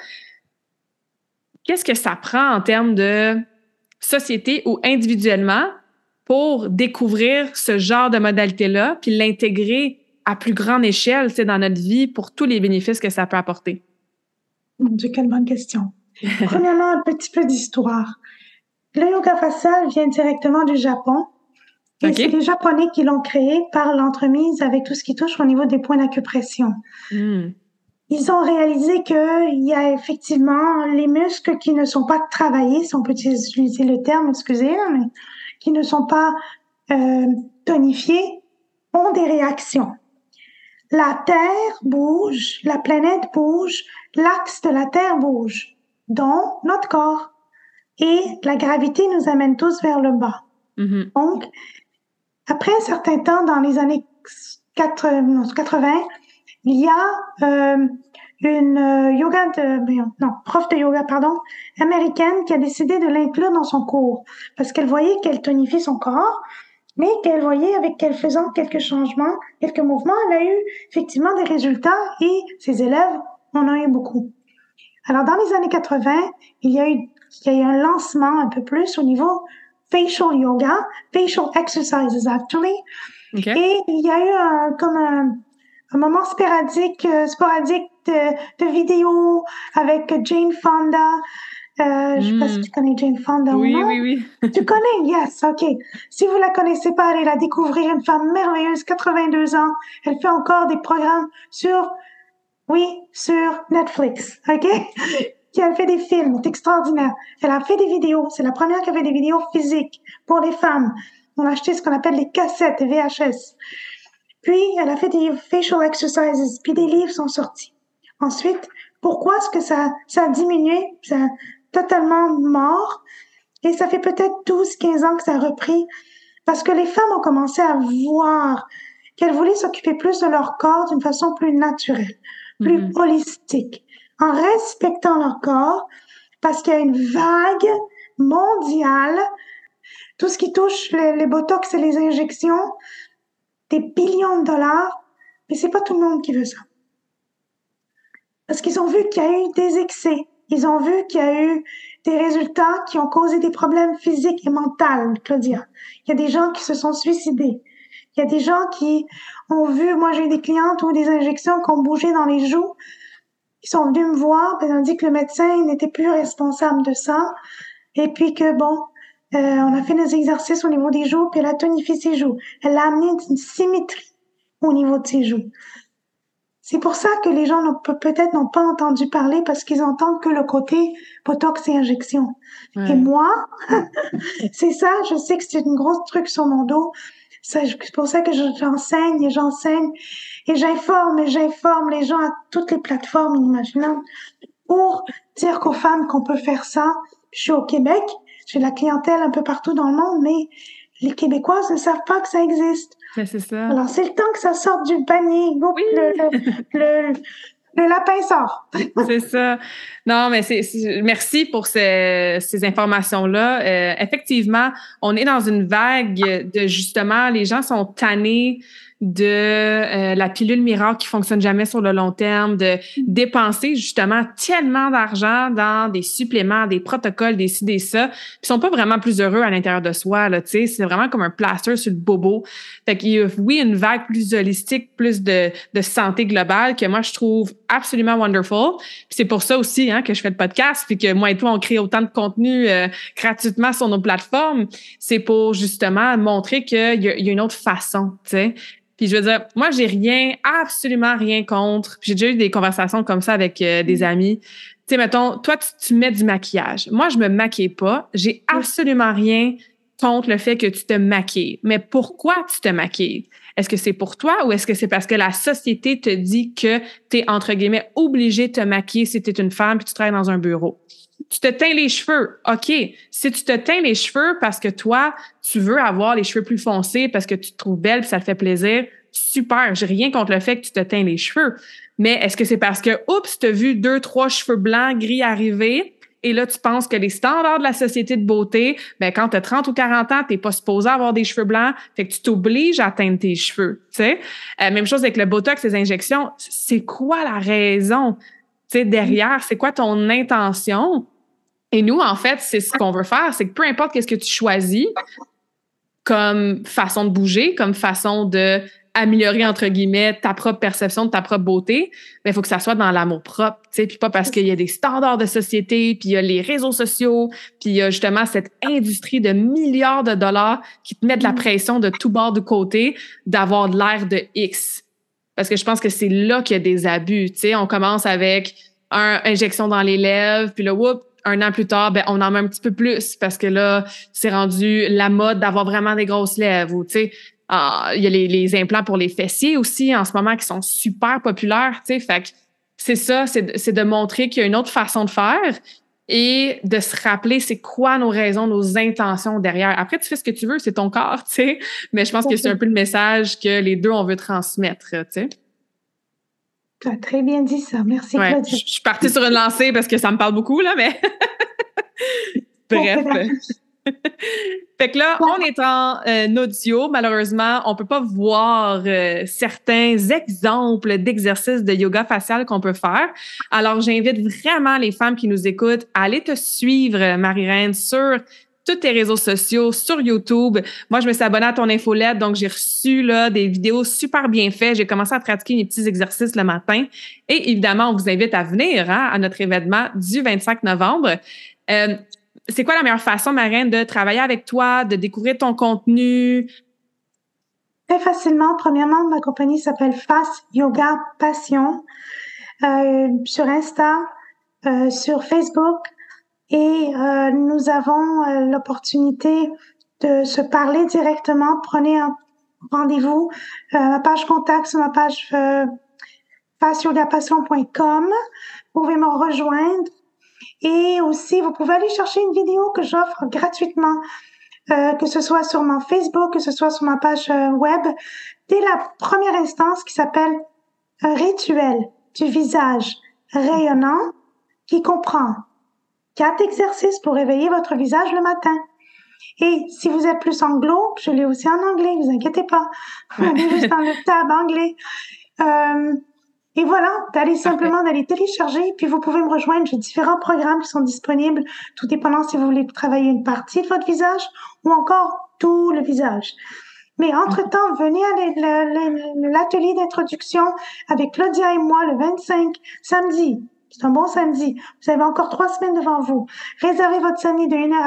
qu'est-ce que ça prend en termes de société ou individuellement pour découvrir ce genre de modalité-là puis l'intégrer à plus grande échelle, tu sais, dans notre vie pour tous les bénéfices que ça peut apporter? Mon Dieu, quelle bonne question. Premièrement, un petit peu d'histoire. Le yoga facial vient directement du Japon et c'est OK? les Japonais qui l'ont créé par l'entremise avec tout ce qui touche au niveau des points d'acupression. Mm. Ils ont réalisé qu'il y a effectivement les muscles qui ne sont pas travaillés, si on peut utiliser le terme, excusez, mais qui ne sont pas euh, tonifiés, ont des réactions. La Terre bouge, la planète bouge, l'axe de la Terre bouge, dont notre corps. Et la gravité nous amène tous vers le bas. Mhm. Donc, après un certain temps, dans les années 80, il y a une prof de yoga, pardon, américaine qui a décidé de l'inclure dans son cours parce qu'elle voyait qu'elle tonifiait son corps, mais qu'elle voyait avec qu'elle faisant quelques changements, quelques mouvements, elle a eu effectivement des résultats et ses élèves en ont eu beaucoup. Alors, dans les années 80, il y a eu un lancement un peu plus au niveau facial yoga, facial exercises actually, OK? et il y a eu un moment sporadique de vidéos avec Jane Fonda. Je sais pas si Mm. tu connais Jane Fonda ou Oui, non. oui, oui. Tu connais? Yes, OK. Si vous la connaissez pas, allez la découvrir. Une femme merveilleuse, 82 ans. Elle fait encore des programmes sur Netflix, OK? Qui a fait des films, c'est extraordinaire. Elle a fait des vidéos. C'est la première qui a fait des vidéos physiques pour les femmes. On a acheté ce qu'on appelle les cassettes VHS. Puis, elle a fait des facial exercises, puis des livres sont sortis. Ensuite, pourquoi est-ce que ça a diminué? Ça a totalement mort. Et ça fait peut-être 12-15 ans que ça a repris. Parce que les femmes ont commencé à voir qu'elles voulaient s'occuper plus de leur corps d'une façon plus naturelle, plus Mhm. holistique, en respectant leur corps, parce qu'il y a une vague mondiale, tout ce qui touche les botox et les injections, des billions de dollars, mais c'est pas tout le monde qui veut ça. Parce qu'ils ont vu qu'il y a eu des excès. Ils ont vu qu'il y a eu des résultats qui ont causé des problèmes physiques et mentaux, Claudia. Il y a des gens qui se sont suicidés. Il y a des gens qui ont vu, moi j'ai eu des clientes ou des injections qui ont bougé dans les joues. Ils sont venus me voir, puis ils ont dit que le médecin n'était plus responsable de ça. Et puis que bon, on a fait des exercices au niveau des joues, puis elle a tonifié ses joues. Elle a amené une symétrie au niveau de ses joues. C'est pour ça que les gens peut-être n'ont pas entendu parler parce qu'ils entendent que le côté botox et injection. Et Ouais. moi, c'est ça, je sais que c'est une grosse truc sur mon dos. C'est pour ça que j'enseigne et j'informe les gens à toutes les plateformes inimaginables pour dire qu'aux femmes qu'on peut faire ça. Je suis au Québec, j'ai de la clientèle un peu partout dans le monde, mais les Québécoises ne savent pas que ça existe. Mais c'est ça. Alors, c'est le temps que ça sorte du panier. Oui! Le lapin sort. C'est ça. Non, mais merci pour ces informations-là. Effectivement, on est dans une vague de justement, les gens sont tannés de la pilule miracle qui fonctionne jamais sur le long terme, de dépenser justement tellement d'argent dans des suppléments, des protocoles, des ci, des ça, puis ils sont pas vraiment plus heureux à l'intérieur de soi, là, tu sais, c'est vraiment comme un plaster sur le bobo. Fait qu'il y a, oui, une vague plus holistique, plus de santé globale que moi, je trouve absolument wonderful. Puis c'est pour ça aussi que je fais le podcast, puis que moi et toi, on crée autant de contenu gratuitement sur nos plateformes. C'est pour justement montrer qu'il y a une autre façon, tu sais. Puis je veux dire, moi, j'ai absolument rien contre. J'ai déjà eu des conversations comme ça avec des amis. Tu sais, mettons, toi, tu mets du maquillage. Moi, je me maquille pas. J'ai absolument rien contre le fait que tu te maquilles. Mais pourquoi tu te maquilles? Est-ce que c'est pour toi ou est-ce que c'est parce que la société te dit que tu es, entre guillemets, obligé de te maquiller si tu es une femme puis tu travailles dans un bureau? Tu te teins les cheveux. OK. Si tu te teins les cheveux parce que toi, tu veux avoir les cheveux plus foncés parce que tu te trouves belle puis ça te fait plaisir, super. J'ai rien contre le fait que tu te teins les cheveux. Mais est-ce que c'est parce que, oups, tu as vu 2, 3 cheveux blancs, gris arriver et là, tu penses que les standards de la société de beauté, ben quand tu as 30 ou 40 ans, tu n'es pas supposé avoir des cheveux blancs, fait que tu t'obliges à teindre tes cheveux. Tu sais? Même chose avec le Botox, les injections. C'est quoi la raison? Tu sais, derrière, c'est quoi ton intention? Et nous, en fait, c'est ce qu'on veut faire, c'est que peu importe qu'est-ce que tu choisis comme façon de bouger, comme façon de améliorer, entre guillemets, ta propre perception de ta propre beauté, ben, il faut que ça soit dans l'amour propre, tu sais, puis pas parce qu'il y a des standards de société, puis il y a les réseaux sociaux, puis il y a justement cette industrie de milliards de dollars qui te met de la pression de tout bord de côté d'avoir de l'air de X. Parce que je pense que c'est là qu'il y a des abus, tu sais, on commence avec injection dans les lèvres, puis là, whoop, 1 an plus tard, ben on en met un petit peu plus parce que là, c'est rendu la mode d'avoir vraiment des grosses lèvres. Ou tu sais, il y a les implants pour les fessiers aussi en ce moment qui sont super populaires. Tu sais, fait que c'est ça, c'est de montrer qu'il y a une autre façon de faire et de se rappeler c'est quoi nos raisons, nos intentions derrière. Après, tu fais ce que tu veux, c'est ton corps, tu sais. Mais je pense que c'est un peu le message que les deux on veut transmettre, tu sais. Tu as très bien dit ça. Merci, ouais, Claudia. Je suis partie sur une lancée parce que ça me parle beaucoup, là, mais bref. Fait que là, on est en audio. Malheureusement, on peut pas voir certains exemples d'exercices de yoga facial qu'on peut faire. Alors, j'invite vraiment les femmes qui nous écoutent à aller te suivre, Marie-Reine, sur tous tes réseaux sociaux, sur YouTube. Moi, je me suis abonnée à ton infolette, donc j'ai reçu là des vidéos super bien faites. J'ai commencé à pratiquer mes petits exercices le matin. Et évidemment, on vous invite à venir à notre événement du 25 novembre. C'est quoi la meilleure façon, Marie-Reine, de travailler avec toi, de découvrir ton contenu? Très facilement. Premièrement, ma compagnie s'appelle Face Yoga Passion. Sur Insta, sur Facebook. Et nous avons l'opportunité de se parler directement. Prenez un rendez-vous. Ma page contact sur ma page faceyogapassion.com. Vous pouvez me rejoindre. Et aussi, vous pouvez aller chercher une vidéo que j'offre gratuitement, que ce soit sur mon Facebook, que ce soit sur ma page web, dès la première instance qui s'appelle un rituel du visage rayonnant qui comprend 4 exercices pour réveiller votre visage le matin. Et si vous êtes plus anglo, je l'ai aussi en anglais, vous inquiétez pas. On est juste dans le tab anglais. Et voilà, d'aller télécharger, puis vous pouvez me rejoindre. J'ai différents programmes qui sont disponibles, tout dépendant si vous voulez travailler une partie de votre visage ou encore tout le visage. Mais entre-temps, venez à l'atelier d'introduction avec Claudia et moi le 25, samedi. C'est un bon samedi. Vous avez encore 3 semaines devant vous. Réservez votre samedi de 1h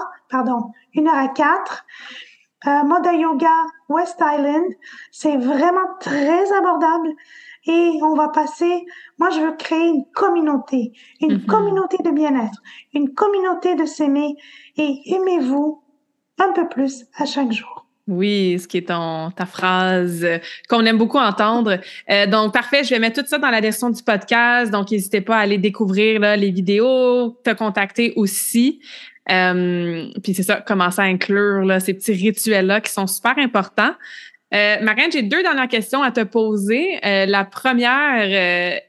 à 1h à 4. Moda Yoga West Island. C'est vraiment très abordable. Et on va passer, moi je veux créer une communauté de bien-être, une communauté de s'aimer et aimez-vous un peu plus à chaque jour. Oui, ce qui est ta phrase qu'on aime beaucoup entendre. Donc, parfait, je vais mettre tout ça dans la description du podcast. Donc, n'hésitez pas à aller découvrir là, les vidéos, te contacter aussi. Puis c'est ça, commencer à inclure là, ces petits rituels-là qui sont super importants. Marie-Reine, j'ai 2 dernières questions à te poser. La première,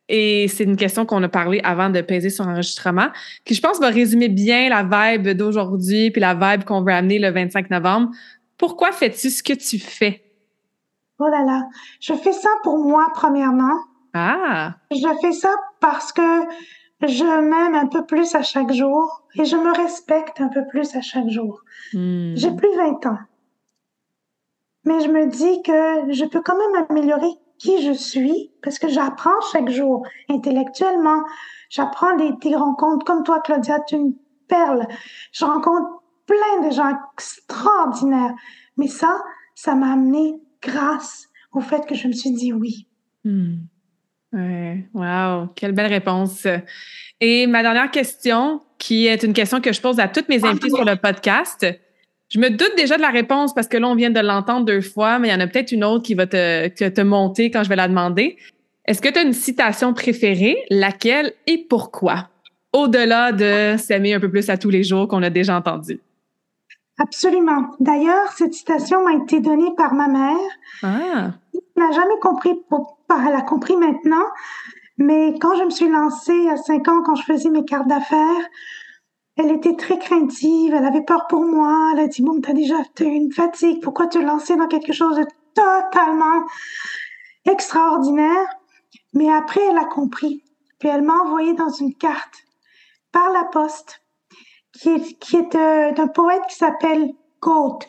Et c'est une question qu'on a parlé avant de peser sur enregistrement, qui je pense va résumer bien la vibe d'aujourd'hui puis la vibe qu'on veut amener le 25 novembre. Pourquoi fais-tu ce que tu fais? Oh là là, je fais ça pour moi, premièrement. Ah! Je fais ça parce que je m'aime un peu plus à chaque jour et je me respecte un peu plus à chaque jour. J'ai plus 20 ans, mais je me dis que je peux quand même améliorer qui je suis parce que j'apprends chaque jour intellectuellement. J'apprends des rencontres comme toi, Claudia, tu es une perle. Je rencontre plein de gens extraordinaires. Mais ça m'a amené grâce au fait que je me suis dit oui. Ouais, wow, quelle belle réponse. Et ma dernière question, qui est une question que je pose à toutes mes invités sur le podcast. Je me doute déjà de la réponse parce que là, on vient de l'entendre 2 fois, mais il y en a peut-être une autre qui va te monter quand je vais la demander. Est-ce que tu as une citation préférée? Laquelle et pourquoi? Au-delà de s'aimer un peu plus à tous les jours qu'on a déjà entendu. Absolument. D'ailleurs, cette citation m'a été donnée par ma mère. Ah, Elle n'a jamais compris, elle a compris maintenant, mais quand je me suis lancée à 5 ans, quand je faisais mes cartes d'affaires, elle était très craintive, elle avait peur pour moi, elle a dit, bon, t'as eu une fatigue, pourquoi te lancer dans quelque chose de totalement extraordinaire? Mais après, elle a compris, puis elle m'a envoyé dans une carte par la poste, qui est d'un poète qui s'appelle Goethe,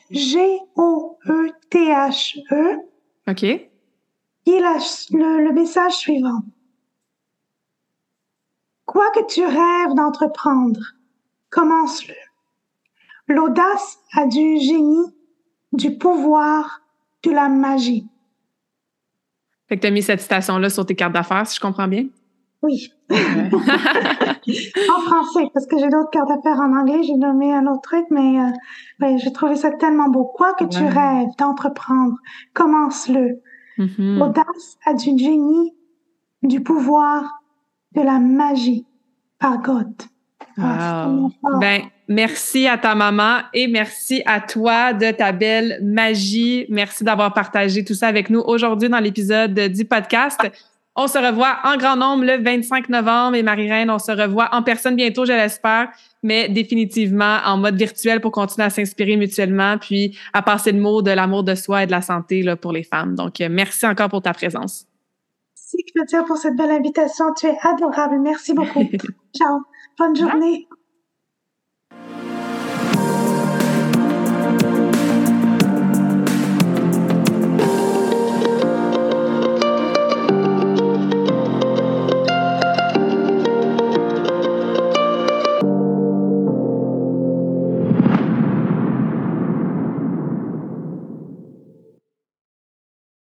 Goethe, OK. et le message suivant. Quoi que tu rêves d'entreprendre, commence-le. L'audace a du génie, du pouvoir, de la magie. Fait que tu as mis cette citation-là sur tes cartes d'affaires, si je comprends bien? Oui. Ouais. En français, parce que j'ai d'autres cartes d'affaires en anglais, j'ai nommé un autre truc, mais j'ai trouvé ça tellement beau. Quoi que tu rêves d'entreprendre, commence-le. L'audace a du génie, du pouvoir, de la magie. Par Goethe. Wow. Ben, merci à ta maman et merci à toi de ta belle magie. Merci d'avoir partagé tout ça avec nous aujourd'hui dans l'épisode du podcast. On se revoit en grand nombre le 25 novembre et Marie-Reine, on se revoit en personne bientôt, je l'espère, mais définitivement en mode virtuel pour continuer à s'inspirer mutuellement puis à passer le mot de l'amour de soi et de la santé là, pour les femmes. Donc, merci encore pour ta présence. Merci Claudia pour cette belle invitation. Tu es adorable. Merci beaucoup. Ciao. Bonne journée.